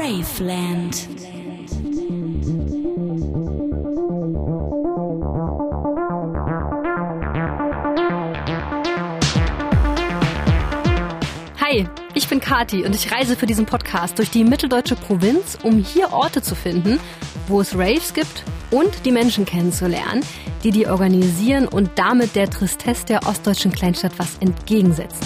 Raveland. Hi, ich bin Kati und ich reise für diesen Podcast durch die mitteldeutsche Provinz, um hier Orte zu finden, wo es Raves gibt und die Menschen kennenzulernen, die organisieren und damit der Tristesse der ostdeutschen Kleinstadt was entgegensetzen.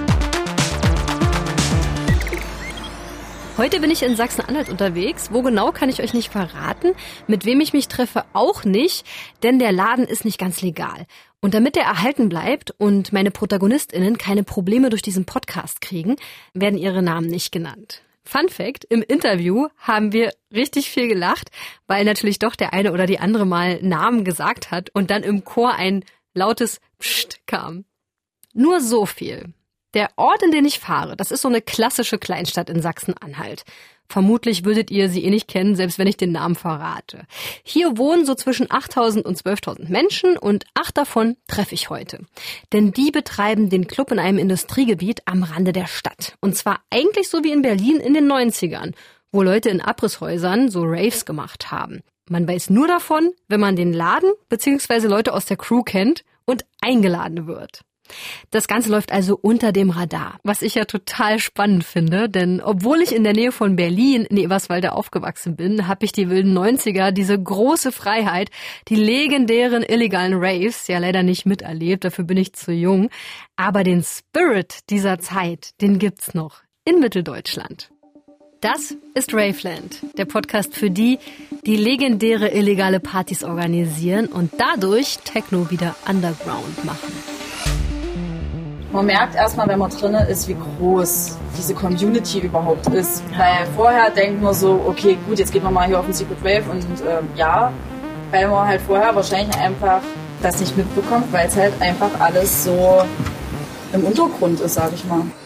Heute bin ich in Sachsen-Anhalt unterwegs. Wo genau, kann ich euch nicht verraten. Mit wem ich mich treffe, auch nicht, denn der Laden ist nicht ganz legal. Und damit er erhalten bleibt und meine ProtagonistInnen keine Probleme durch diesen Podcast kriegen, werden ihre Namen nicht genannt. Fun Fact, im Interview haben wir richtig viel gelacht, weil natürlich doch der eine oder die andere mal Namen gesagt hat und dann im Chor ein lautes Psst kam. Nur so viel. Der Ort, in den ich fahre, das ist so eine klassische Kleinstadt in Sachsen-Anhalt. Vermutlich würdet ihr sie nicht kennen, selbst wenn ich den Namen verrate. Hier wohnen so zwischen 8.000 und 12.000 Menschen und 8 davon treffe ich heute. Denn die betreiben den Club in einem Industriegebiet am Rande der Stadt. Und zwar eigentlich so wie in Berlin in den 90ern, wo Leute in Abrisshäusern so Raves gemacht haben. Man weiß nur davon, wenn man den Laden bzw. Leute aus der Crew kennt und eingeladen wird. Das Ganze läuft also unter dem Radar, was ich ja total spannend finde, denn obwohl ich in der Nähe von Berlin in Eberswalde aufgewachsen bin, habe ich die wilden 90er, diese große Freiheit, die legendären illegalen Raves ja leider nicht miterlebt, dafür bin ich zu jung, aber den Spirit dieser Zeit, den gibt's noch in Mitteldeutschland. Das ist Raveland, der Podcast für die legendäre illegale Partys organisieren und dadurch Techno wieder underground machen. Man merkt erstmal, wenn man drin ist, wie groß diese Community überhaupt ist. Weil vorher denkt man so, okay, gut, jetzt geht man mal hier auf den Secret Rave und weil man halt vorher wahrscheinlich einfach das nicht mitbekommt, weil es halt einfach alles so im Untergrund ist, sag ich mal.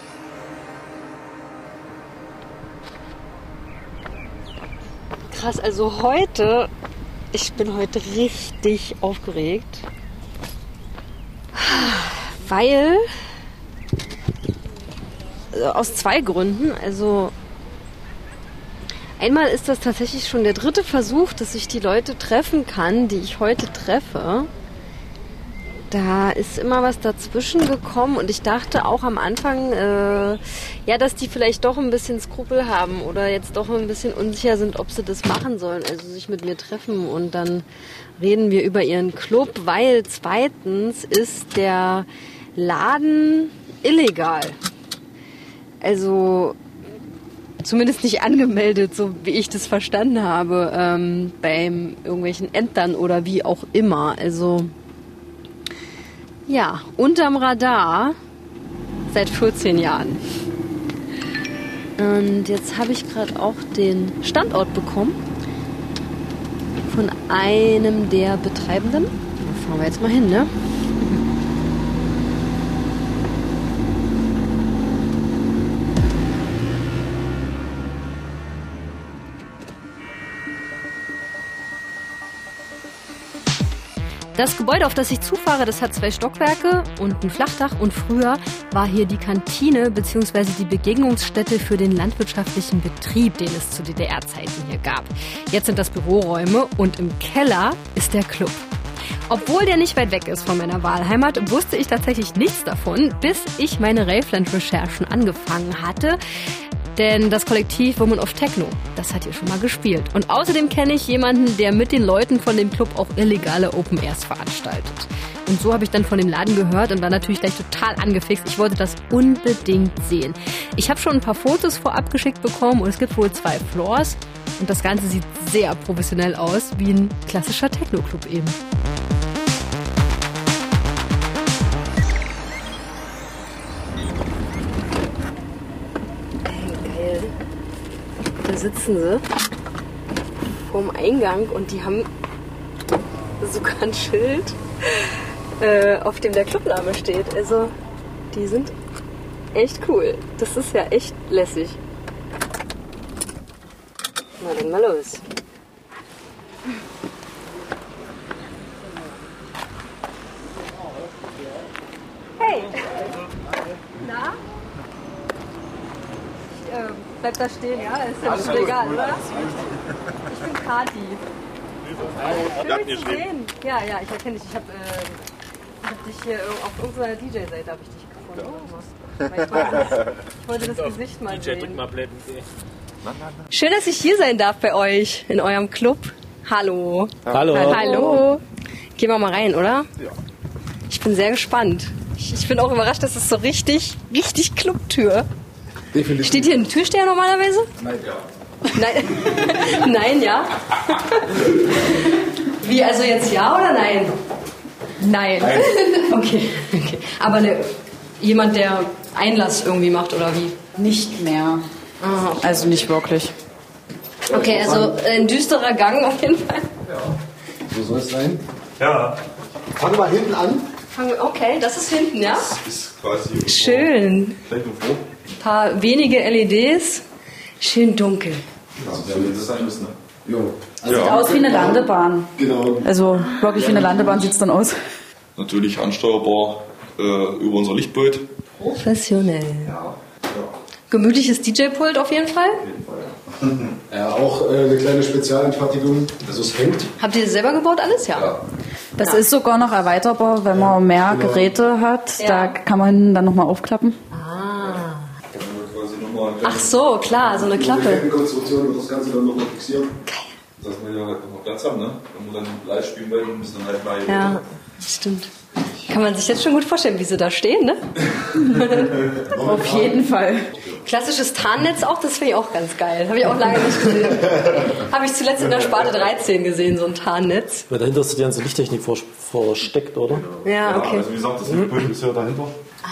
Krass, also heute, ich bin heute richtig aufgeregt, weil... Aus 2 Gründen. Also einmal ist das tatsächlich schon der 3. Versuch, dass ich die Leute treffen kann, die ich heute treffe. Da ist immer was dazwischen gekommen und ich dachte auch am Anfang, dass die vielleicht doch ein bisschen Skrupel haben oder jetzt doch ein bisschen unsicher sind, ob sie das machen sollen, also sich mit mir treffen und dann reden wir über ihren Club, weil zweitens ist der Laden illegal. Also zumindest nicht angemeldet, so wie ich das verstanden habe, beim irgendwelchen Ämtern oder wie auch immer. Also ja, unterm Radar seit 14 Jahren. Und jetzt habe ich gerade auch den Standort bekommen von einem der Betreibenden. Da fahren wir jetzt mal hin, ne? Das Gebäude, auf das ich zufahre, das hat 2 Stockwerke und ein Flachdach und früher war hier die Kantine bzw. die Begegnungsstätte für den landwirtschaftlichen Betrieb, den es zu DDR-Zeiten hier gab. Jetzt sind das Büroräume und im Keller ist der Club. Obwohl der nicht weit weg ist von meiner Wahlheimat, wusste ich tatsächlich nichts davon, bis ich meine Raveland-Recherchen angefangen hatte. Denn das Kollektiv Women of Techno, das hat hier schon mal gespielt. Und außerdem kenne ich jemanden, der mit den Leuten von dem Club auch illegale Open Airs veranstaltet. Und so habe ich dann von dem Laden gehört und war natürlich gleich total angefixt. Ich wollte das unbedingt sehen. Ich habe schon ein paar Fotos vorab geschickt bekommen und es gibt wohl 2 Floors. Und das Ganze sieht sehr professionell aus, wie ein klassischer Techno-Club eben. Da sitzen sie vorm Eingang und die haben sogar ein Schild, auf dem der Clubname steht. Also die sind echt cool. Das ist ja echt lässig. Na dann mal los. Hey! Na? bleib da stehen, ja? Ist ja bestimmt egal, oder? Ich bin Kati. Schön, dich zu sehen. Ja, ich erkenne dich. Ich hab dich hier auf irgendeiner DJ-Seite habe ich dich gefunden. Ich wollte das Gesicht mal sehen. Schön, dass ich hier sein darf bei euch, in eurem Club. Hallo. Hallo. Gehen wir mal rein, oder? Ja. Ich bin sehr gespannt. Ich bin auch überrascht, dass es so richtig Clubtür. Definitiv. Steht hier ein Türsteher normalerweise? Nein, ja. Nein, ja? Wie, also jetzt ja oder nein? Nein. Okay. Aber jemand, der Einlass irgendwie macht, oder wie? Nicht mehr. Ah, okay. Also nicht wirklich. Okay, also ein düsterer Gang auf jeden Fall. Ja. So soll es sein. Ja. Fangen wir hinten an. Okay, das ist hinten, ja? Das ist quasi schön. Ein paar wenige LEDs. Schön dunkel. Ja, das sein müssen, ne? Jo. Also sieht aus wie eine Landebahn. Genau. Also wirklich wie eine Landebahn sieht es dann aus. Natürlich ansteuerbar über unser Lichtbild. Professionell. Ja. Gemütliches DJ-Pult auf jeden Fall. Ja, auch eine kleine Spezialanfertigung. Also es hängt. Habt ihr das selber gebaut alles? Ja. Das ist sogar noch erweiterbar, wenn man mehr Geräte hat. Ja. Da kann man dann nochmal aufklappen. Ach so, klar, so eine Klappe. Eine Kettenkonstruktion und das Ganze dann nochmal fixieren. Geil. Dass wir ja halt noch Platz haben, ne? Wenn wir dann live spielen wollen, müssen dann halt mal... Ja, stimmt. Kann man sich jetzt schon gut vorstellen, wie sie da stehen, ne? Auf jeden Fall. Klassisches Tarnnetz auch, das finde ich auch ganz geil. Habe ich auch lange nicht gesehen. Habe ich zuletzt in der Sparte 13 gesehen, so ein Tarnnetz. Weil dahinter ist die ganze Lichttechnik versteckt, oder? Ja, okay. Also wie gesagt, das Lichtbild ist ja dahinter.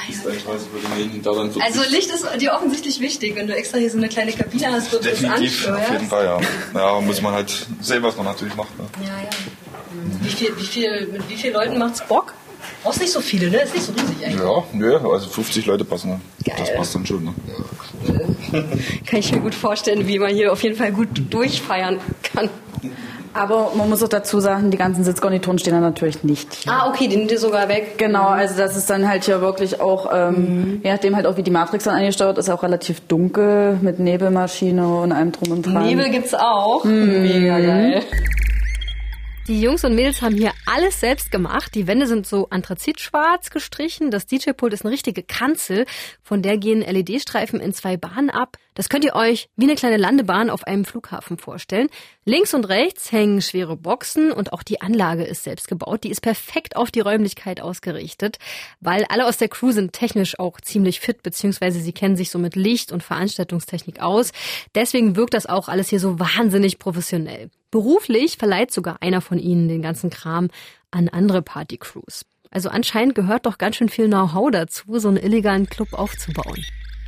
Also Licht ist dir offensichtlich wichtig, wenn du extra hier so eine kleine Kabine hast, wo du das ansteuerst. Definitiv, auf jeden Fall, ja. Ja, muss man halt sehen, was man natürlich macht. Ne? Ja. Mit wie vielen Leuten macht's Bock? Brauchst nicht so viele, ne? Ist nicht so riesig eigentlich. Ja, nö, also 50 Leute passen. Ne? Geil. Das passt dann schon. Ne? Kann ich mir gut vorstellen, wie man hier auf jeden Fall gut durchfeiern kann. Aber man muss auch dazu sagen, die ganzen Sitzgarnituren stehen da natürlich nicht. Ah, okay, die nimmt ihr sogar weg. Genau, also das ist dann halt hier wirklich auch, je nachdem halt auch wie die Matrix dann eingesteuert ist, auch relativ dunkel mit Nebelmaschine und allem drum und dran. Nebel gibt's auch. Mega geil. Die Jungs und Mädels haben hier alles selbst gemacht. Die Wände sind so anthrazitschwarz gestrichen. Das DJ-Pult ist eine richtige Kanzel. Von der gehen LED-Streifen in 2 Bahnen ab. Das könnt ihr euch wie eine kleine Landebahn auf einem Flughafen vorstellen. Links und rechts hängen schwere Boxen und auch die Anlage ist selbst gebaut. Die ist perfekt auf die Räumlichkeit ausgerichtet, weil alle aus der Crew sind technisch auch ziemlich fit, beziehungsweise sie kennen sich so mit Licht- und Veranstaltungstechnik aus. Deswegen wirkt das auch alles hier so wahnsinnig professionell. Beruflich verleiht sogar einer von ihnen den ganzen Kram an andere Partycrews. Also anscheinend gehört doch ganz schön viel Know-how dazu, so einen illegalen Club aufzubauen.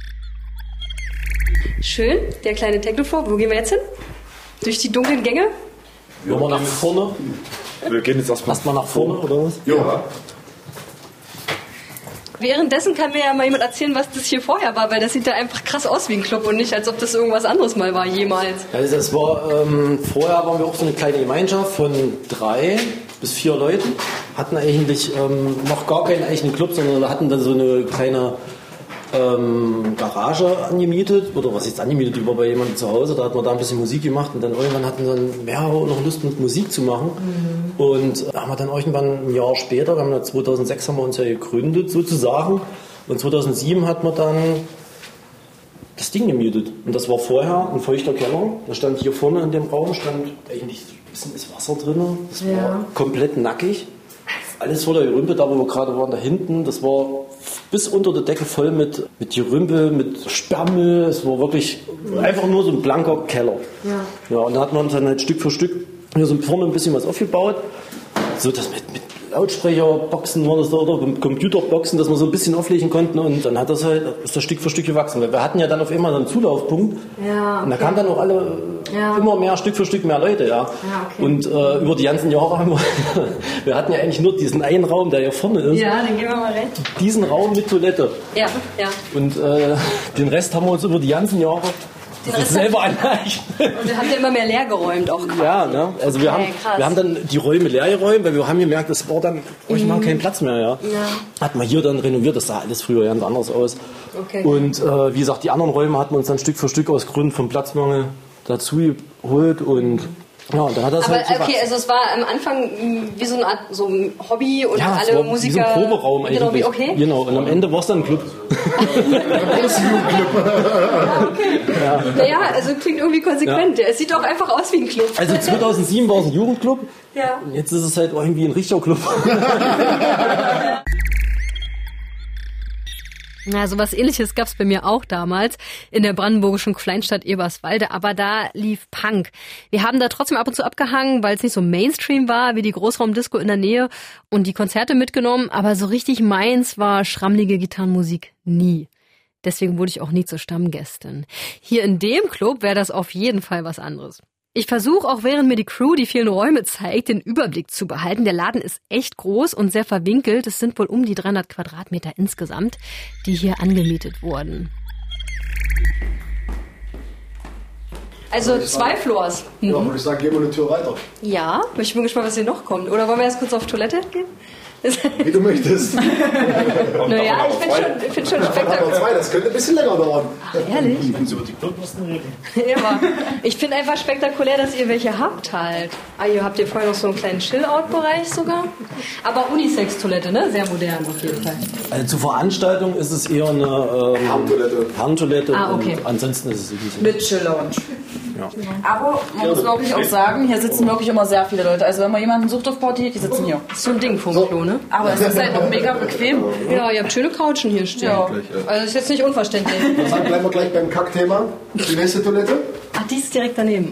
Schön, der kleine Techno-Floor. Wo gehen wir jetzt hin? Durch die dunklen Gänge? Wollen wir nach vorne? Wir gehen jetzt erstmal nach vorne, oder was? Ja. Währenddessen kann mir ja mal jemand erzählen, was das hier vorher war, weil das sieht ja einfach krass aus wie ein Club und nicht, als ob das irgendwas anderes mal war, jemals. Also das war, vorher waren wir auch so eine kleine Gemeinschaft von 3 bis 4 Leuten, hatten eigentlich noch gar keinen eigenen Club, sondern hatten dann so eine kleine Garage angemietet, oder was jetzt angemietet, die war bei jemandem zu Hause, da hat man da ein bisschen Musik gemacht und dann irgendwann hatten dann mehrere noch Lust mit Musik zu machen und da haben wir dann irgendwann ein Jahr später, 2006 haben wir uns ja gegründet sozusagen und 2007 hat man dann das Ding gemietet und das war vorher ein feuchter Keller, da stand hier vorne in dem Raum stand eigentlich ein bisschen das Wasser drin, das war komplett nackig. Alles voller Gerümpel, da wo wir gerade waren, da hinten, das war bis unter der Decke voll mit Gerümpel, mit Sperrmüll. Es war wirklich einfach nur so ein blanker Keller. Ja, und da hat man uns dann halt Stück für Stück hier so vorne ein bisschen was aufgebaut. So das mit Lautsprecherboxen war das da, oder Computerboxen, dass wir so ein bisschen auflegen konnten und dann ist das Stück für Stück gewachsen. Weil wir hatten ja dann auf einmal so einen Zulaufpunkt und da kamen dann auch alle immer mehr, Stück für Stück mehr Leute. Ja. Und über die ganzen Jahre haben wir hatten ja eigentlich nur diesen einen Raum, der hier vorne ist. Ja, dann gehen wir mal rein. Diesen Raum mit Toilette. Ja. Und den Rest haben wir uns über die ganzen Jahre selber anreichen. Und dann habt ihr immer mehr leer geräumt auch quasi. Ja, ne? Also wir haben dann die Räume leer geräumt, weil wir haben gemerkt, das war dann manchmal kein Platz mehr. Ja. Hat man hier dann renoviert, das sah alles früher ganz anders aus. Okay. Und wie gesagt, die anderen Räume hat man uns dann Stück für Stück aus Gründen vom Platzmangel dazu geholt und ja, und dann hat das Aber halt so okay, also es war am Anfang wie so eine Art so ein Hobby und ja, alle war Musiker... wie so ein Proberaum eigentlich. Genau, okay. Genau, und am Ende war es dann ein Club. Okay. Ja. Naja, also klingt irgendwie konsequent. Ja. Es sieht auch einfach aus wie ein Club. Also 2007 war es ein Jugendclub. Ja. Und jetzt ist es halt irgendwie ein richtiger Club. Na, sowas Ähnliches gab's bei mir auch damals in der brandenburgischen Kleinstadt Eberswalde, aber da lief Punk. Wir haben da trotzdem ab und zu abgehangen, weil es nicht so Mainstream war wie die Großraumdisco in der Nähe und die Konzerte mitgenommen, aber so richtig meins war schrammelige Gitarrenmusik nie. Deswegen wurde ich auch nie zur Stammgästin. Hier in dem Club wäre das auf jeden Fall was anderes. Ich versuche auch, während mir die Crew die vielen Räume zeigt, den Überblick zu behalten. Der Laden ist echt groß und sehr verwinkelt. Es sind wohl um die 300 Quadratmeter insgesamt, die hier angemietet wurden. Also 2 Floors. Ja, würde ich sagen, gehen wir eine Tür weiter. Ja, ich bin gespannt, was hier noch kommt. Oder wollen wir erst kurz auf Toilette gehen? Wie du möchtest. Naja, ich find schon spektakulär. Das könnte ein bisschen länger dauern. Ehrlich? über die Clublisten reden. Ja, aber ich finde einfach spektakulär, dass ihr welche habt halt. Ah, ihr habt hier vorher noch so einen kleinen Chill-Out-Bereich sogar. Aber Unisex-Toilette, ne? Sehr modern auf jeden Fall. Also zur Veranstaltung ist es eher eine Herrentoilette. Okay. Und ansonsten ist es irgendwie Mit Chill-Lounge. Ja. Aber man muss wirklich auch sagen, hier sitzen wirklich immer sehr viele Leute. Also wenn man jemanden sucht auf Party, die sitzen hier. So ein Ding vom Klo, ne? Aber es ist halt auch mega bequem. Ja, ihr habt schöne Couchen hier stehen. Ja. Also ist jetzt nicht unverständlich. Dann bleiben wir gleich beim Kackthema. Die nächste Toilette. Ach, die ist direkt daneben.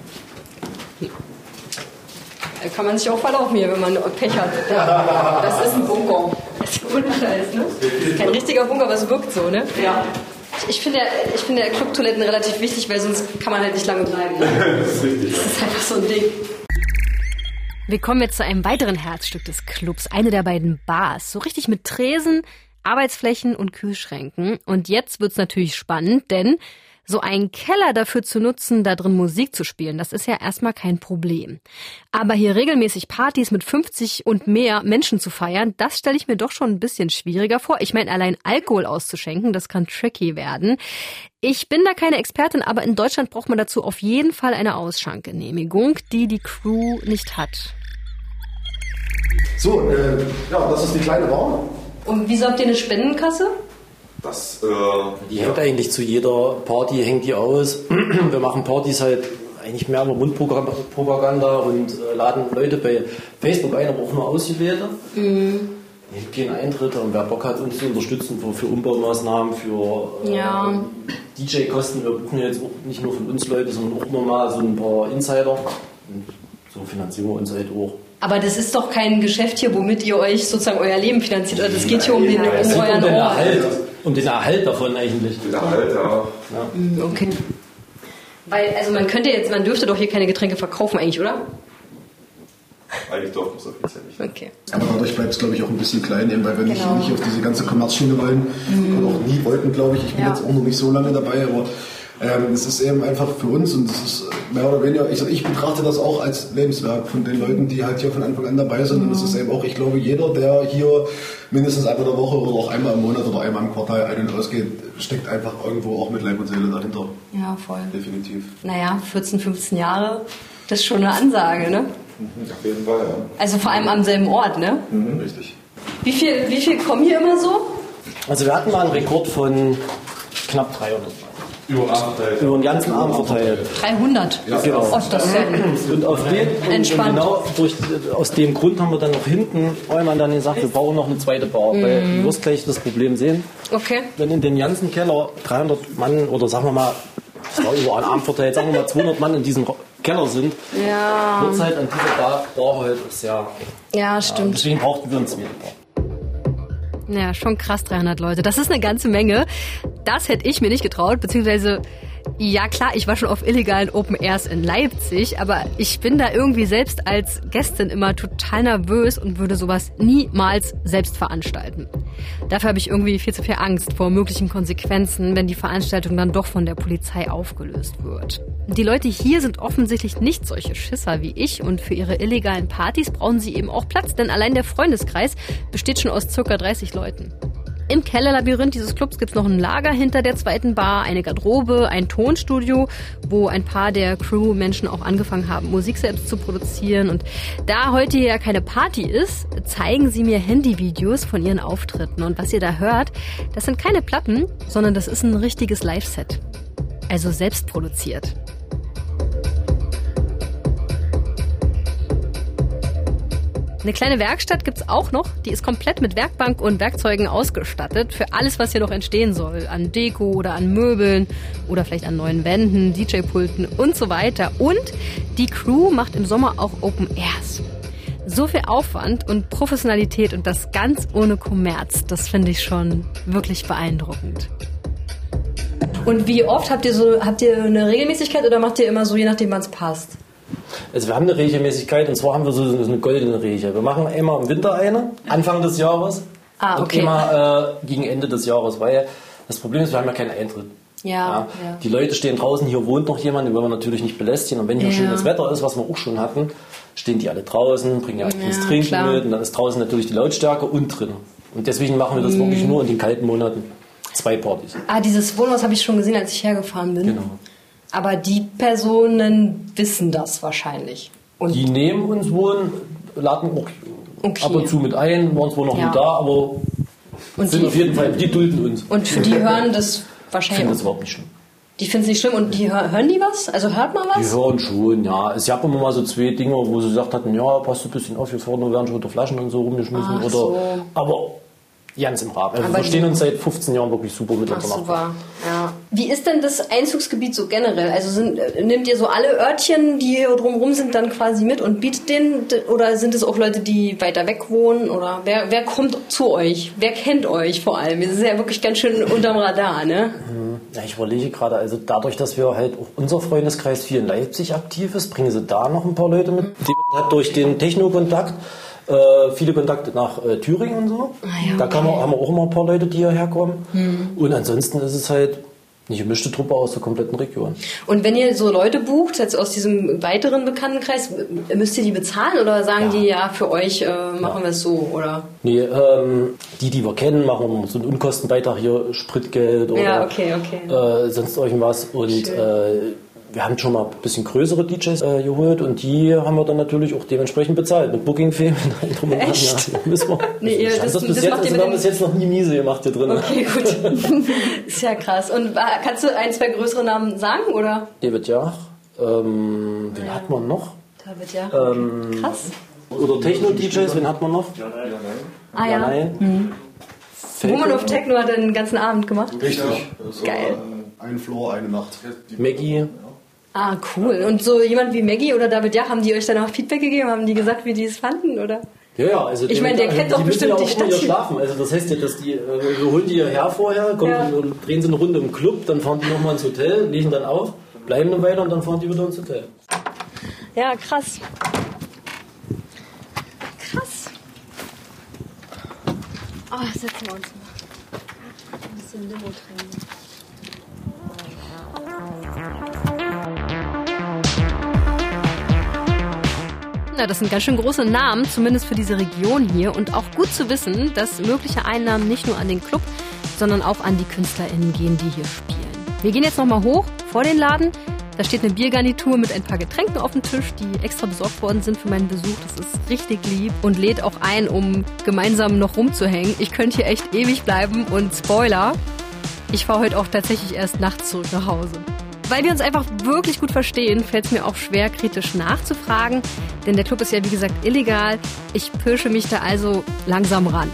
Da kann man sich auch verlaufen hier, wenn man Pech hat. Ja. Das ist ein Bunker. Das ist ohne Scheiß, ne? Kein richtiger Bunker, aber es wirkt so, ne? Ja. Ich finde Clubtoiletten relativ wichtig, weil sonst kann man halt nicht lange bleiben. Ne? Das ist richtig. Das ist einfach so ein Ding. Wir kommen jetzt zu einem weiteren Herzstück des Clubs, eine der beiden Bars. So richtig mit Tresen, Arbeitsflächen und Kühlschränken. Und jetzt wird's natürlich spannend, denn so einen Keller dafür zu nutzen, da drin Musik zu spielen, das ist ja erstmal kein Problem. Aber hier regelmäßig Partys mit 50 und mehr Menschen zu feiern, das stelle ich mir doch schon ein bisschen schwieriger vor. Ich meine, allein Alkohol auszuschenken, das kann tricky werden. Ich bin da keine Expertin, aber in Deutschland braucht man dazu auf jeden Fall eine Ausschankgenehmigung, die die Crew nicht hat. So, ja, das ist die kleine Bar. Und wieso habt ihr eine Spendenkasse? Das, Die hängt eigentlich zu jeder Party, hängt die aus. Wir machen Partys halt eigentlich mehr über Mundpropaganda und laden Leute bei Facebook ein, aber auch nur Ausgewählte. Es gibt keinen Eintritt und wer Bock hat, uns zu unterstützen für Umbaumaßnahmen, für DJ-Kosten. Wir buchen jetzt auch nicht nur von uns Leute, sondern auch immer mal so ein paar Insider. Und so finanzieren wir uns halt auch. Aber das ist doch kein Geschäft hier, womit ihr euch sozusagen euer Leben finanziert. Das geht hier um euren Ort. Um den Erhalt davon eigentlich. den Erhalt, ja. Okay. Weil, also man dürfte doch hier keine Getränke verkaufen eigentlich, oder? Eigentlich dürfen wir es offiziell nicht. Okay. Aber dadurch bleibt es, glaube ich, auch ein bisschen klein, eben, weil wir nicht auf diese ganze Kommerzschiene wollen. Und auch nie wollten, glaube ich. Ich bin jetzt auch noch nicht so lange dabei, aber es ist eben einfach für uns und es ist mehr oder weniger, ich betrachte das auch als Lebenswerk von den Leuten, die halt hier von Anfang an dabei sind. Und es ist eben auch, ich glaube, jeder, der hier mindestens einmal in der Woche oder auch einmal im Monat oder einmal im Quartal ein- und ausgeht, steckt einfach irgendwo auch mit Leib und Seele dahinter. Ja, voll. Definitiv. Naja, 14, 15 Jahre, das ist schon eine Ansage, ne? Auf jeden Fall, ja. Also vor allem am selben Ort, ne? Richtig. Wie viel kommen hier immer so? Also wir hatten mal einen Rekord von knapp 300. Über den Abend verteilt. Über den ganzen Abend verteilt. 300? Ja, genau. Oh, das ist ja Und auf den, entspannt. genau aus dem Grund haben wir dann noch hinten irgendwann dann gesagt, wir brauchen noch eine zweite Bar. Weil du wirst gleich das Problem sehen. Okay. Wenn in den ganzen Keller 300 Mann oder sagen wir mal, das war über einen Abend verteilt, sagen wir mal 200 Mann in diesem Keller sind, wird es halt an dieser Bar halt sehr... Ja, stimmt. Deswegen brauchten wir eine zweite Bar. Ja, schon krass, 300 Leute. Das ist eine ganze Menge. Das hätte ich mir nicht getraut, beziehungsweise Ja klar, ich war schon auf illegalen Open Airs in Leipzig, aber ich bin da irgendwie selbst als Gästin immer total nervös und würde sowas niemals selbst veranstalten. Dafür habe ich irgendwie viel zu viel Angst vor möglichen Konsequenzen, wenn die Veranstaltung dann doch von der Polizei aufgelöst wird. Die Leute hier sind offensichtlich nicht solche Schisser wie ich und für ihre illegalen Partys brauchen sie eben auch Platz, denn allein der Freundeskreis besteht schon aus ca. 30 Leuten. Im Kellerlabyrinth dieses Clubs gibt's noch ein Lager hinter der zweiten Bar, eine Garderobe, ein Tonstudio, wo ein paar der Crewmenschen auch angefangen haben, Musik selbst zu produzieren. Und da heute ja keine Party ist, zeigen sie mir Handyvideos von ihren Auftritten. Und was ihr da hört, das sind keine Platten, sondern das ist ein richtiges Live-Set. Also selbst produziert. Eine kleine Werkstatt gibt's auch noch, die ist komplett mit Werkbank und Werkzeugen ausgestattet für alles, was hier noch entstehen soll. An Deko oder an Möbeln oder vielleicht an neuen Wänden, DJ-Pulten und so weiter. Und die Crew macht im Sommer auch Open Airs. So viel Aufwand und Professionalität und das ganz ohne Kommerz, das finde ich schon wirklich beeindruckend. Und wie oft habt ihr eine Regelmäßigkeit oder macht ihr immer so, je nachdem wann es passt? Also wir haben eine Regelmäßigkeit und zwar haben wir so eine goldene Regel. Wir machen einmal im Winter eine, Anfang des Jahres und immer gegen Ende des Jahres, weil das Problem ist, wir haben ja keinen Eintritt. Ja. Die Leute stehen draußen, hier wohnt noch jemand, den wollen wir natürlich nicht belästigen und wenn hier schönes Wetter ist, was wir auch schon hatten, stehen die alle draußen, bringen ja das Trinken mit und dann ist draußen natürlich die Lautstärke und drin. Und deswegen machen wir das wirklich nur in den kalten Monaten. 2 Partys. Dieses Wohnhaus habe ich schon gesehen, als ich hergefahren bin. Genau. Aber die Personen wissen das wahrscheinlich. Und die neben uns wohnen, laden auch ab und zu mit ein, waren zwar noch nicht da, aber sind auf jeden Fall, die dulden uns. Und für die hören das wahrscheinlich. Ich finde das überhaupt nicht schlimm. Die finden es nicht schlimm und die hören die was? Also hört man was? Die hören schon, ja. Es gab immer mal so 2 Dinge, wo sie gesagt hatten, ja, passt ein bisschen auf, hier vorne werden schon unter Flaschen und so rumgeschmissen. Oder, so. Aber ganz im Rahmen. Also wir verstehen uns seit 15 Jahren wirklich super miteinander. Super, ja. Wie ist denn das Einzugsgebiet so generell? Also nehmt ihr so alle Örtchen, die hier drumherum sind, dann quasi mit und bietet denen? Oder sind es auch Leute, die weiter weg wohnen? Oder wer kommt zu euch? Wer kennt euch vor allem? Das ist ja wirklich ganz schön unterm Radar, ne? Ja, ich überlege gerade, also dadurch, dass wir halt auch unser Freundeskreis viel in Leipzig aktiv ist, bringen sie da noch ein paar Leute mit. Die hat durch den Techno-Kontakt viele Kontakte nach Thüringen und so. Da haben wir auch immer ein paar Leute, die hierher kommen. Und ansonsten ist es halt eine gemischte Truppe aus der kompletten Region. Und wenn ihr so Leute bucht, jetzt aus diesem weiteren Bekanntenkreis, müsst ihr die bezahlen oder sagen die, für euch machen wir es so? Oder? Nee, die wir kennen, machen wir so einen Unkostenbeitrag hier, Spritgeld oder sonst irgendwas. Und wir haben schon mal ein bisschen größere DJs geholt und die haben wir dann natürlich auch dementsprechend bezahlt. Mit Booking-Fee. Echt? Ja, müssen wir. Nee, wir haben bis jetzt noch nie miese gemacht hier drin. Okay, gut. Ist ja krass. Und kannst du 1, 2 größere Namen sagen, oder? David Jach. Wen hat man noch? David Jach. Krass. Oder Techno-DJs, wen hat man noch? Ja. Nein. Woman of Techno hat den ganzen Abend gemacht. Richtig. Geil. Ein Floor, eine Nacht. Maggie. Ah, cool. Und so jemand wie Maggie oder David Jach, haben die euch dann auch Feedback gegeben? Haben die gesagt, wie die es fanden, oder? Ja, also ich meine, der kennt doch bestimmt die Stadt. Die schlafen. Also das heißt ja, dass wir holen die hierher vorher, und drehen sie eine Runde im Club, dann fahren die nochmal ins Hotel, legen dann auf, bleiben eine Weile und dann fahren die wieder ins Hotel. Ja, krass. Krass. Setzen wir uns mal. Ein bisschen Limo trinken. Na, das sind ganz schön große Namen, zumindest für diese Region hier. Und auch gut zu wissen, dass mögliche Einnahmen nicht nur an den Club, sondern auch an die KünstlerInnen gehen, die hier spielen. Wir gehen jetzt nochmal hoch vor den Laden. Da steht eine Biergarnitur mit ein paar Getränken auf dem Tisch, die extra besorgt worden sind für meinen Besuch. Das ist richtig lieb und lädt auch ein, um gemeinsam noch rumzuhängen. Ich könnte hier echt ewig bleiben und Spoiler, ich fahre heute auch tatsächlich erst nachts zurück nach Hause. Weil wir uns einfach wirklich gut verstehen, fällt es mir auch schwer, kritisch nachzufragen. Denn der Club ist ja wie gesagt illegal. Ich pirsche mich da also langsam ran.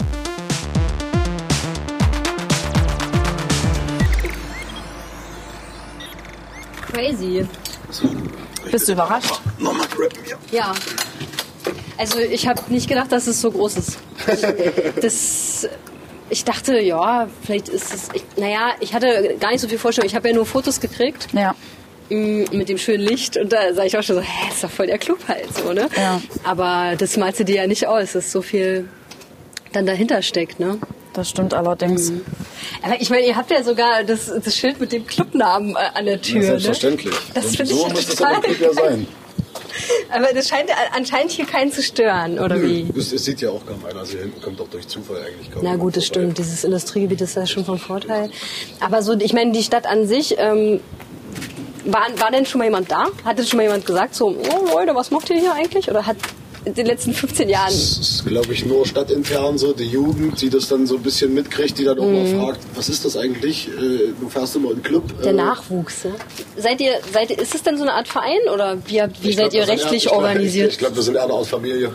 Crazy. Bist du überrascht? Nochmal grippen, ja. Also ich habe nicht gedacht, dass es so groß ist. Das Ich dachte, ja, vielleicht ist es... Ich hatte gar nicht so viel Vorstellung. Ich habe ja nur Fotos gekriegt. Ja. Mit dem schönen Licht. Und da sah ich auch schon so, das ist doch voll der Club halt so, ne? Ja. Aber das malst du dir ja nicht aus, dass so viel dann dahinter steckt, ne? Das stimmt allerdings. Aber ich meine, ihr habt ja sogar das Schild mit dem Clubnamen an der Tür. Ja, selbstverständlich. Ne? Das finde so ich muss das aber Club ja sein. Aber das scheint anscheinend hier keinen zu stören, oder wie? Es sieht ja auch kaum einer. Also hier hinten kommt doch durch Zufall eigentlich kaum. Na gut, das stimmt. Dieses Industriegebiet ist ja schon von Vorteil. Aber so, ich meine, die Stadt an sich, war denn schon mal jemand da? Hat denn schon mal jemand gesagt, so, oh Leute, was macht ihr hier eigentlich? Oder hat in den letzten 15 Jahren... Das ist, glaube ich, nur stadtintern so, die Jugend, die das dann so ein bisschen mitkriegt, die dann auch mal fragt, was ist das eigentlich? Du fährst immer in den Club. Der Nachwuchs, ne? Ist es denn so eine Art Verein oder wie seid ihr rechtlich organisiert? Ich glaube, wir sind eher eine Ausfamilie.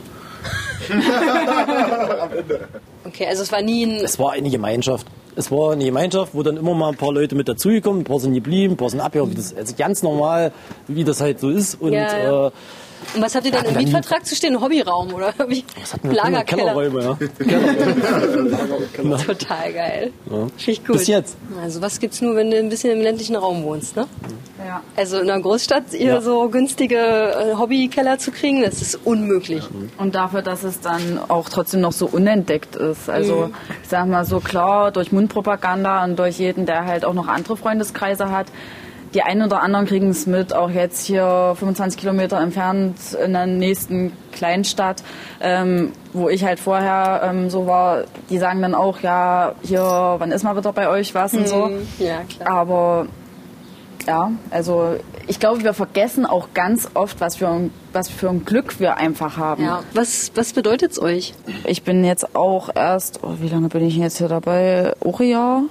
Okay, also es war nie ein... Es war eine Gemeinschaft. Es war eine Gemeinschaft, wo dann immer mal ein paar Leute mit dazugekommen, ein paar sind geblieben, ein paar sind abgehauen. Also ganz normal, wie das halt so ist. Und, ja. Und was habt ihr dann im Mietvertrag zu stehen? Ein Hobbyraum oder wie? Lagerkeller. Kellerräume, ja. Genau. Total geil. Ja. Finde ich gut. Bis jetzt. Also was gibt's nur, wenn du ein bisschen im ländlichen Raum wohnst, ne? Ja. Also in einer Großstadt hier so günstige Hobbykeller zu kriegen, das ist unmöglich. Und dafür, dass es dann auch trotzdem noch so unentdeckt ist. Also ich sag mal so, klar, durch Mundpropaganda und durch jeden, der halt auch noch andere Freundeskreise hat, die einen oder anderen kriegen es mit, auch jetzt hier 25 Kilometer entfernt in der nächsten Kleinstadt, wo ich halt vorher so war, die sagen dann auch, ja, hier, wann ist mal wieder bei euch was und so. Ja, klar. Aber ja, also ich glaube, wir vergessen auch ganz oft, was für ein Glück wir einfach haben. Ja. Was bedeutet es euch? Ich bin jetzt auch erst, wie lange bin ich jetzt hier dabei? Auch ein Jahr.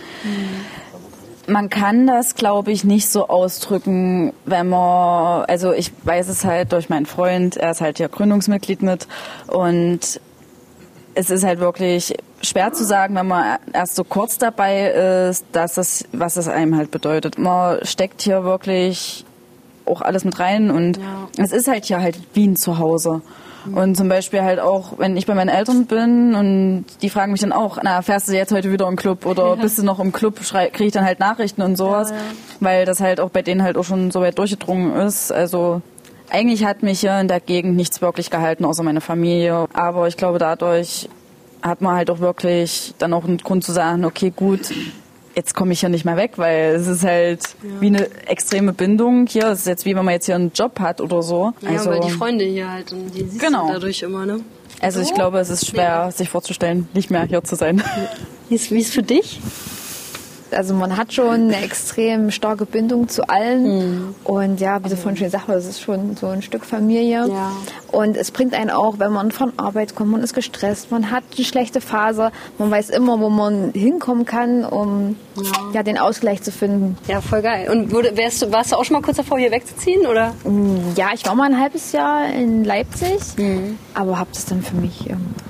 Man kann das, glaube ich, nicht so ausdrücken, wenn man, also ich weiß es halt durch meinen Freund, er ist halt ja Gründungsmitglied mit und es ist halt wirklich schwer zu sagen, wenn man erst so kurz dabei ist, was es einem halt bedeutet. Man steckt hier wirklich auch alles mit rein und es ist halt hier halt wie ein Zuhause. Und zum Beispiel halt auch, wenn ich bei meinen Eltern bin und die fragen mich dann auch, na, fährst du jetzt heute wieder im Club oder bist du noch im Club, kriege ich dann halt Nachrichten und sowas, weil das halt auch bei denen halt auch schon so weit durchgedrungen ist. Also eigentlich hat mich hier in der Gegend nichts wirklich gehalten, außer meine Familie. Aber ich glaube, dadurch hat man halt auch wirklich dann auch einen Grund zu sagen, okay, gut, jetzt komme ich hier nicht mehr weg, weil es ist halt wie eine extreme Bindung hier. Es ist jetzt wie wenn man jetzt hier einen Job hat oder so. Ja, also, weil die Freunde hier halt, und die siehst du dadurch immer, ne? Also ich glaube, es ist schwer, sich vorzustellen, nicht mehr hier zu sein. Wie ist für dich? Also man hat schon eine extrem starke Bindung zu allen und ja, wie du vorhin schon gesagt hast, es ist schon so ein Stück Familie und es bringt einen auch, wenn man von Arbeit kommt, man ist gestresst, man hat eine schlechte Phase, man weiß immer, wo man hinkommen kann, um den Ausgleich zu finden. Ja, voll geil. Und warst du auch schon mal kurz davor, hier wegzuziehen, oder? Ja, ich war mal ein halbes Jahr in Leipzig, aber habe das dann für mich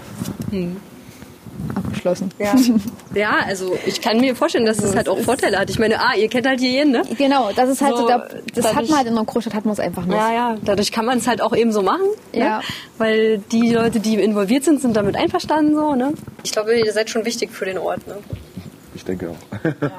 abgeschlossen. Ja, also ich kann mir vorstellen, dass es halt auch Vorteile hat. Ich meine, ihr kennt halt hier jeden, ne? Genau, das ist halt so, das hat man halt in einer Großstadt, hat man es einfach nicht. Ja, dadurch kann man es halt auch eben so machen, ne? Weil die Leute, die involviert sind damit einverstanden, so, ne? Ich glaube, ihr seid schon wichtig für den Ort, ne? Ich denke auch.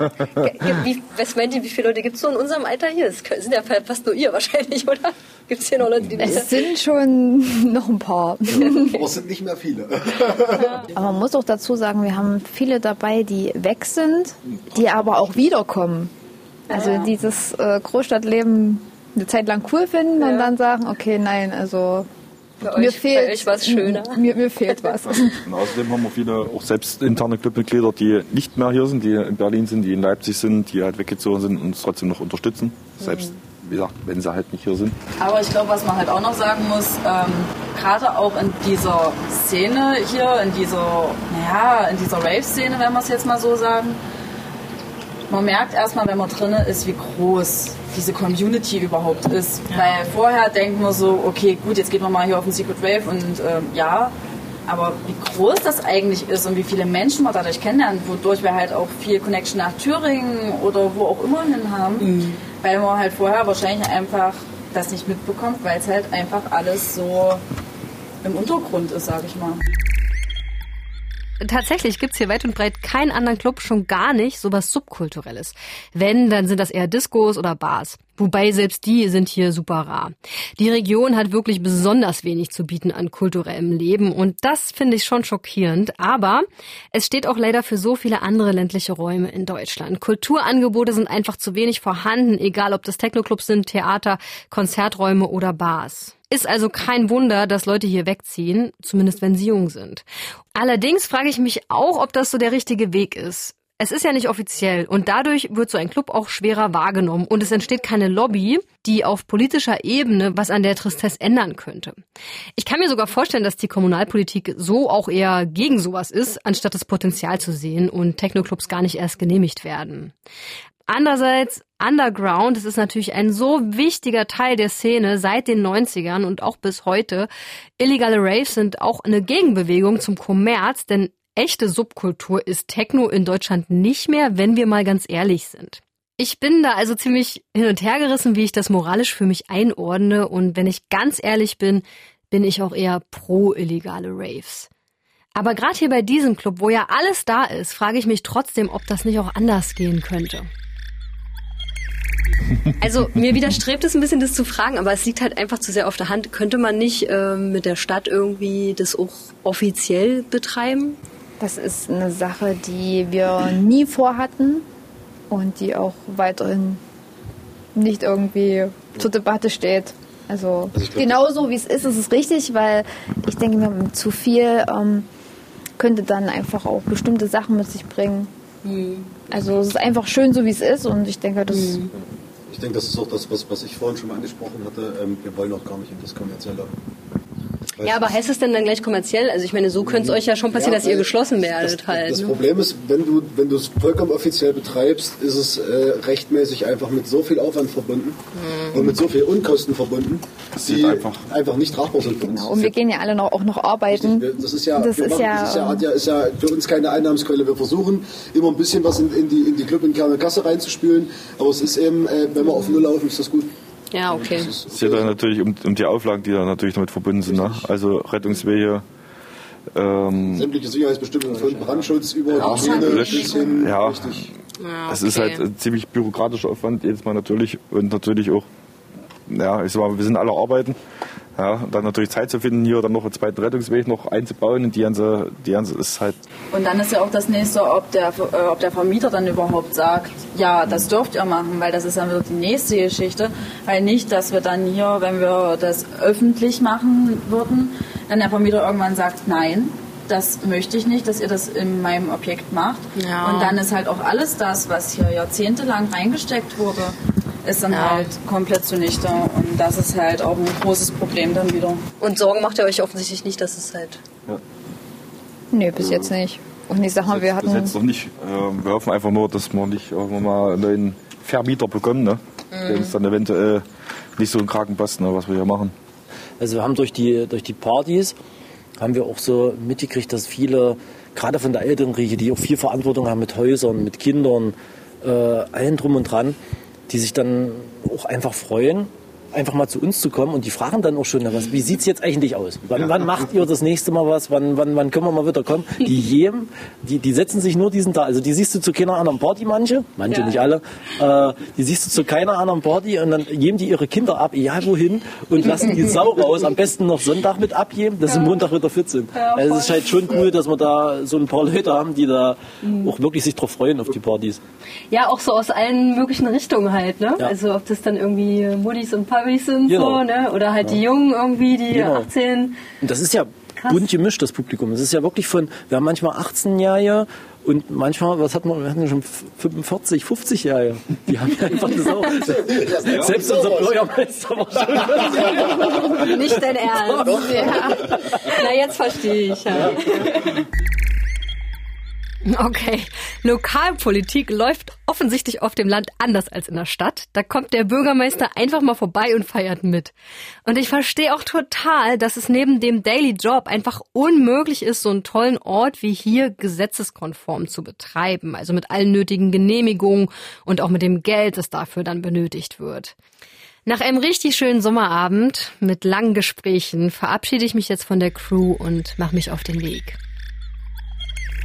Was meint ihr, wie viele Leute gibt es so in unserem Alter hier? Es sind ja fast nur ihr wahrscheinlich, oder? Gibt es hier noch Leute, die Es sind schon noch ein paar. Aber es sind nicht mehr viele. Aber man muss auch dazu sagen, wir haben viele dabei, die weg sind, die aber auch wiederkommen. Also dieses Großstadtleben eine Zeit lang cool finden und dann sagen, okay, nein, also bei euch war es schöner. Mir fehlt was. Und außerdem haben wir viele auch selbst interne Clubmitglieder, die nicht mehr hier sind, die in Berlin sind, die in Leipzig sind, die halt weggezogen sind und uns trotzdem noch unterstützen. Selbst, wie gesagt, wenn sie halt nicht hier sind. Aber ich glaube, was man halt auch noch sagen muss, gerade auch in dieser Szene hier, in dieser Rave-Szene, wenn wir es jetzt mal so sagen, man merkt erstmal, wenn man drin ist, wie groß diese Community überhaupt ist. Weil vorher denkt man so, okay, gut, jetzt geht man mal hier auf den Secret Rave und aber wie groß das eigentlich ist und wie viele Menschen man dadurch kennenlernt, wodurch wir halt auch viel Connection nach Thüringen oder wo auch immer hin haben, weil man halt vorher wahrscheinlich einfach das nicht mitbekommt, weil es halt einfach alles so im Untergrund ist, sag ich mal. tatsächlich gibt's hier weit und breit keinen anderen Club, schon gar nicht sowas Subkulturelles. Wenn, dann sind das eher Discos oder Bars. Wobei selbst die sind hier super rar. Die Region hat wirklich besonders wenig zu bieten an kulturellem Leben und das finde ich schon schockierend. Aber es steht auch leider für so viele andere ländliche Räume in Deutschland. Kulturangebote sind einfach zu wenig vorhanden, egal ob das Techno-Clubs sind, Theater, Konzerträume oder Bars. Ist also kein Wunder, dass Leute hier wegziehen, zumindest wenn sie jung sind. Allerdings frage ich mich auch, ob das so der richtige Weg ist. Es ist ja nicht offiziell und dadurch wird so ein Club auch schwerer wahrgenommen und es entsteht keine Lobby, die auf politischer Ebene was an der Tristesse ändern könnte. Ich kann mir sogar vorstellen, dass die Kommunalpolitik so auch eher gegen sowas ist, anstatt das Potenzial zu sehen und Techno-Clubs gar nicht erst genehmigt werden. Andererseits, Underground, das ist natürlich ein so wichtiger Teil der Szene seit den 90ern und auch bis heute. Illegale Raves sind auch eine Gegenbewegung zum Kommerz, denn echte Subkultur ist Techno in Deutschland nicht mehr, wenn wir mal ganz ehrlich sind. Ich bin da also ziemlich hin und her gerissen, wie ich das moralisch für mich einordne. Und wenn ich ganz ehrlich bin, bin ich auch eher pro illegale Raves. Aber gerade hier bei diesem Club, wo ja alles da ist, frage ich mich trotzdem, ob das nicht auch anders gehen könnte. Also mir widerstrebt es ein bisschen, das zu fragen, aber es liegt halt einfach zu sehr auf der Hand. Könnte man nicht mit der Stadt irgendwie das auch offiziell betreiben? Das ist eine Sache, die wir nie vorhatten und die auch weiterhin nicht irgendwie zur Debatte steht. Also genauso wie es ist es richtig, weil ich denke mir, zu viel könnte dann einfach auch bestimmte Sachen mit sich bringen. Also es ist einfach schön, so wie es ist und ich denke, das... Ich denke, das ist auch das, was ich vorhin schon mal angesprochen hatte. Wir wollen auch gar nicht in das Kommerzielle. Ja, aber heißt es denn dann gleich kommerziell? Also ich meine, so könnte es euch ja schon passieren, dass ihr geschlossen werdet halt. Das Problem ist, wenn du es vollkommen offiziell betreibst, ist es rechtmäßig einfach mit so viel Aufwand verbunden und mit so viel Unkosten verbunden, die einfach nicht tragbar sind für uns. Genau. Und wir gehen ja alle auch noch arbeiten. Das ist ja für uns keine Einnahmensquelle. Wir versuchen immer ein bisschen was in die clubinterne Kasse reinzuspülen, aber es ist eben, wenn wir auf Null laufen, ist das gut. Ja, okay. Es geht dann natürlich um die Auflagen, die da natürlich damit verbunden sind. Ne? Also Rettungswege. Sämtliche Sicherheitsbestimmungen von Brandschutz über Hygiene bis hin. Ja, richtig. Es ist halt ein ziemlich bürokratischer Aufwand jedes Mal natürlich. Und natürlich auch, ja, ich sag mal, wir sind alle arbeiten. Ja, dann natürlich Zeit zu finden, hier dann noch einen zweiten Rettungsweg noch einzubauen. Und die ganze ist halt. Und dann ist ja auch das nächste, ob der Vermieter dann überhaupt sagt, ja, das dürft ihr machen, weil das ist dann wieder die nächste Geschichte. Weil nicht, dass wir dann hier, wenn wir das öffentlich machen würden, dann der Vermieter irgendwann sagt, nein, das möchte ich nicht, dass ihr das in meinem Objekt macht. Ja. Und dann ist halt auch alles das, was hier jahrzehntelang reingesteckt wurde, ist dann halt komplett zunichte. Und das ist halt auch ein großes Problem dann wieder. Und Sorgen macht ihr euch offensichtlich nicht, dass es halt... Ja. Nee, bis jetzt nicht. Und ich sag mal, wir hatten... Bis jetzt noch nicht. Wir hoffen einfach nur, dass wir nicht irgendwann mal einen neuen Vermieter bekommen, ne? Der uns dann eventuell nicht so einen Kragen passt, ne, was wir hier machen. Also wir haben durch die Partys haben wir auch so mitgekriegt, dass viele, gerade von der älteren Riege, die auch viel Verantwortung haben mit Häusern, mit Kindern, allen drum und dran, die sich dann auch einfach freuen, einfach mal zu uns zu kommen und die fragen dann auch schon, wie sieht es jetzt eigentlich aus? Wann macht ihr das nächste Mal was? Wann können wir mal wieder kommen? Die setzen sich nur diesen Tag, also die siehst du zu keiner anderen Party, manche nicht alle, die siehst du zu keiner anderen Party und dann geben die ihre Kinder ab, egal wohin und lassen die Sau raus, am besten noch Sonntag mit abgeben, dass sie Montag wieder fit sind. Also es ist halt schon cool, dass wir da so ein paar Leute haben, die da auch wirklich sich drauf freuen auf die Partys. Ja, auch so aus allen möglichen Richtungen halt, ne? Ja. Also ob das dann irgendwie Muttis und Puppies sind, genau. So, ne? Oder halt die Jungen irgendwie, die 18. Und das ist ja bunt gemischt, das Publikum. Das ist ja wirklich wir haben manchmal 18-Jährige und manchmal, wir hatten schon 45, 50-Jährige. Die haben ja einfach das auch. Selbst unser Bürgermeister war schon. Nicht dein Ernst. Ja. Na, jetzt verstehe ich. Ja. Okay, Lokalpolitik läuft offensichtlich auf dem Land anders als in der Stadt. Da kommt der Bürgermeister einfach mal vorbei und feiert mit. Und ich verstehe auch total, dass es neben dem Daily Job einfach unmöglich ist, so einen tollen Ort wie hier gesetzeskonform zu betreiben. Also mit allen nötigen Genehmigungen und auch mit dem Geld, das dafür dann benötigt wird. Nach einem richtig schönen Sommerabend mit langen Gesprächen verabschiede ich mich jetzt von der Crew und mache mich auf den Weg.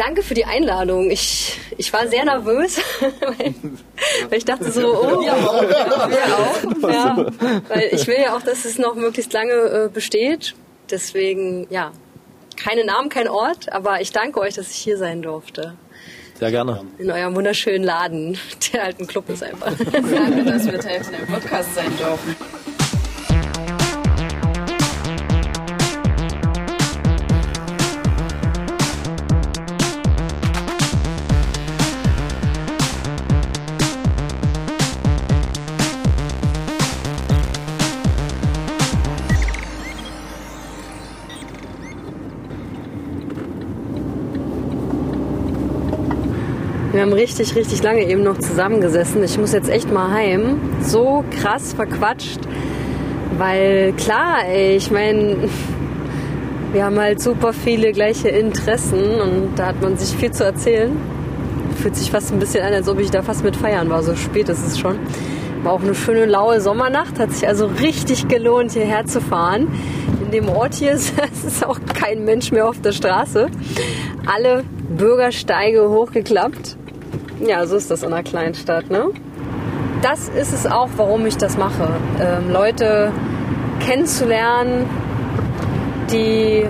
Danke für die Einladung. Ich war sehr nervös, weil ich dachte so, oh, wir auch. Ja, weil ich will ja auch, dass es noch möglichst lange besteht. Deswegen, ja, keine Namen, kein Ort, aber ich danke euch, dass ich hier sein durfte. Sehr gerne. In eurem wunderschönen Laden, der halt ein Club ist einfach. Danke, dass wir Teil von einem Podcast sein dürfen. Wir haben richtig, richtig lange eben noch zusammengesessen. Ich muss jetzt echt mal heim. So krass verquatscht. Weil klar, ey, ich meine, wir haben halt super viele gleiche Interessen und da hat man sich viel zu erzählen. Fühlt sich fast ein bisschen an, als ob ich da fast mit feiern war. So spät ist es schon. War auch eine schöne, laue Sommernacht. Hat sich also richtig gelohnt, hierher zu fahren. In dem Ort hier ist auch kein Mensch mehr auf der Straße. Alle Bürgersteige hochgeklappt. Ja, so ist das in einer Kleinstadt, ne? Das ist es auch, warum ich das mache. Leute kennenzulernen, die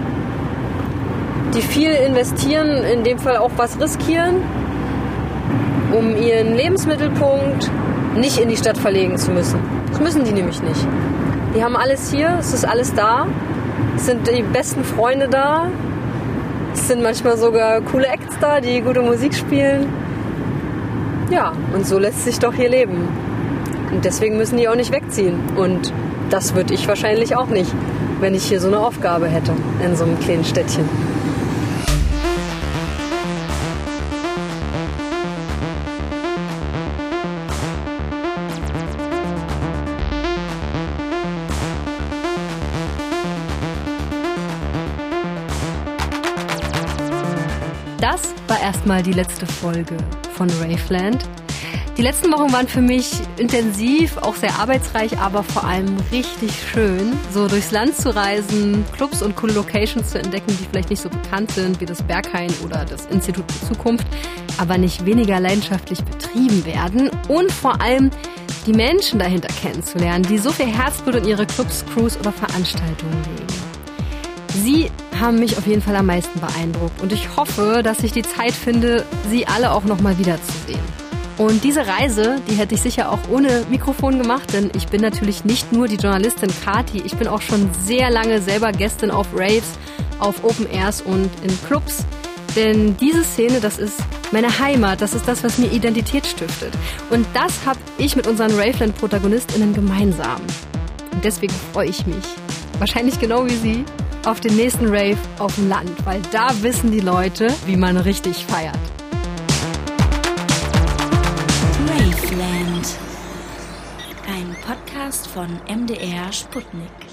viel investieren, in dem Fall auch was riskieren, um ihren Lebensmittelpunkt nicht in die Stadt verlegen zu müssen. Das müssen die nämlich nicht. Die haben alles hier, es ist alles da, es sind die besten Freunde da, es sind manchmal sogar coole Acts da, die gute Musik spielen. Ja, und so lässt sich doch hier leben. Und deswegen müssen die auch nicht wegziehen. Und das würde ich wahrscheinlich auch nicht, wenn ich hier so eine Aufgabe hätte in so einem kleinen Städtchen. Das war erstmal die letzte Folge von Raveland. Die letzten Wochen waren für mich intensiv, auch sehr arbeitsreich, aber vor allem richtig schön. So durchs Land zu reisen, Clubs und coole Locations zu entdecken, die vielleicht nicht so bekannt sind, wie das Berghain oder das Institut für Zukunft, aber nicht weniger leidenschaftlich betrieben werden. Und vor allem die Menschen dahinter kennenzulernen, die so viel Herzblut in ihre Clubs, Crews oder Veranstaltungen legen. Sie haben mich auf jeden Fall am meisten beeindruckt und ich hoffe, dass ich die Zeit finde, Sie alle auch nochmal wiederzusehen. Und diese Reise, die hätte ich sicher auch ohne Mikrofon gemacht, denn ich bin natürlich nicht nur die Journalistin Kati, ich bin auch schon sehr lange selber Gästin auf Raves, auf Open Airs und in Clubs. Denn diese Szene, das ist meine Heimat, das ist das, was mir Identität stiftet. Und das habe ich mit unseren Raveland-ProtagonistInnen gemeinsam. Und deswegen freue ich mich, wahrscheinlich genau wie Sie, auf den nächsten Rave auf dem Land, weil da wissen die Leute, wie man richtig feiert. Raveland, ein Podcast von MDR Sputnik.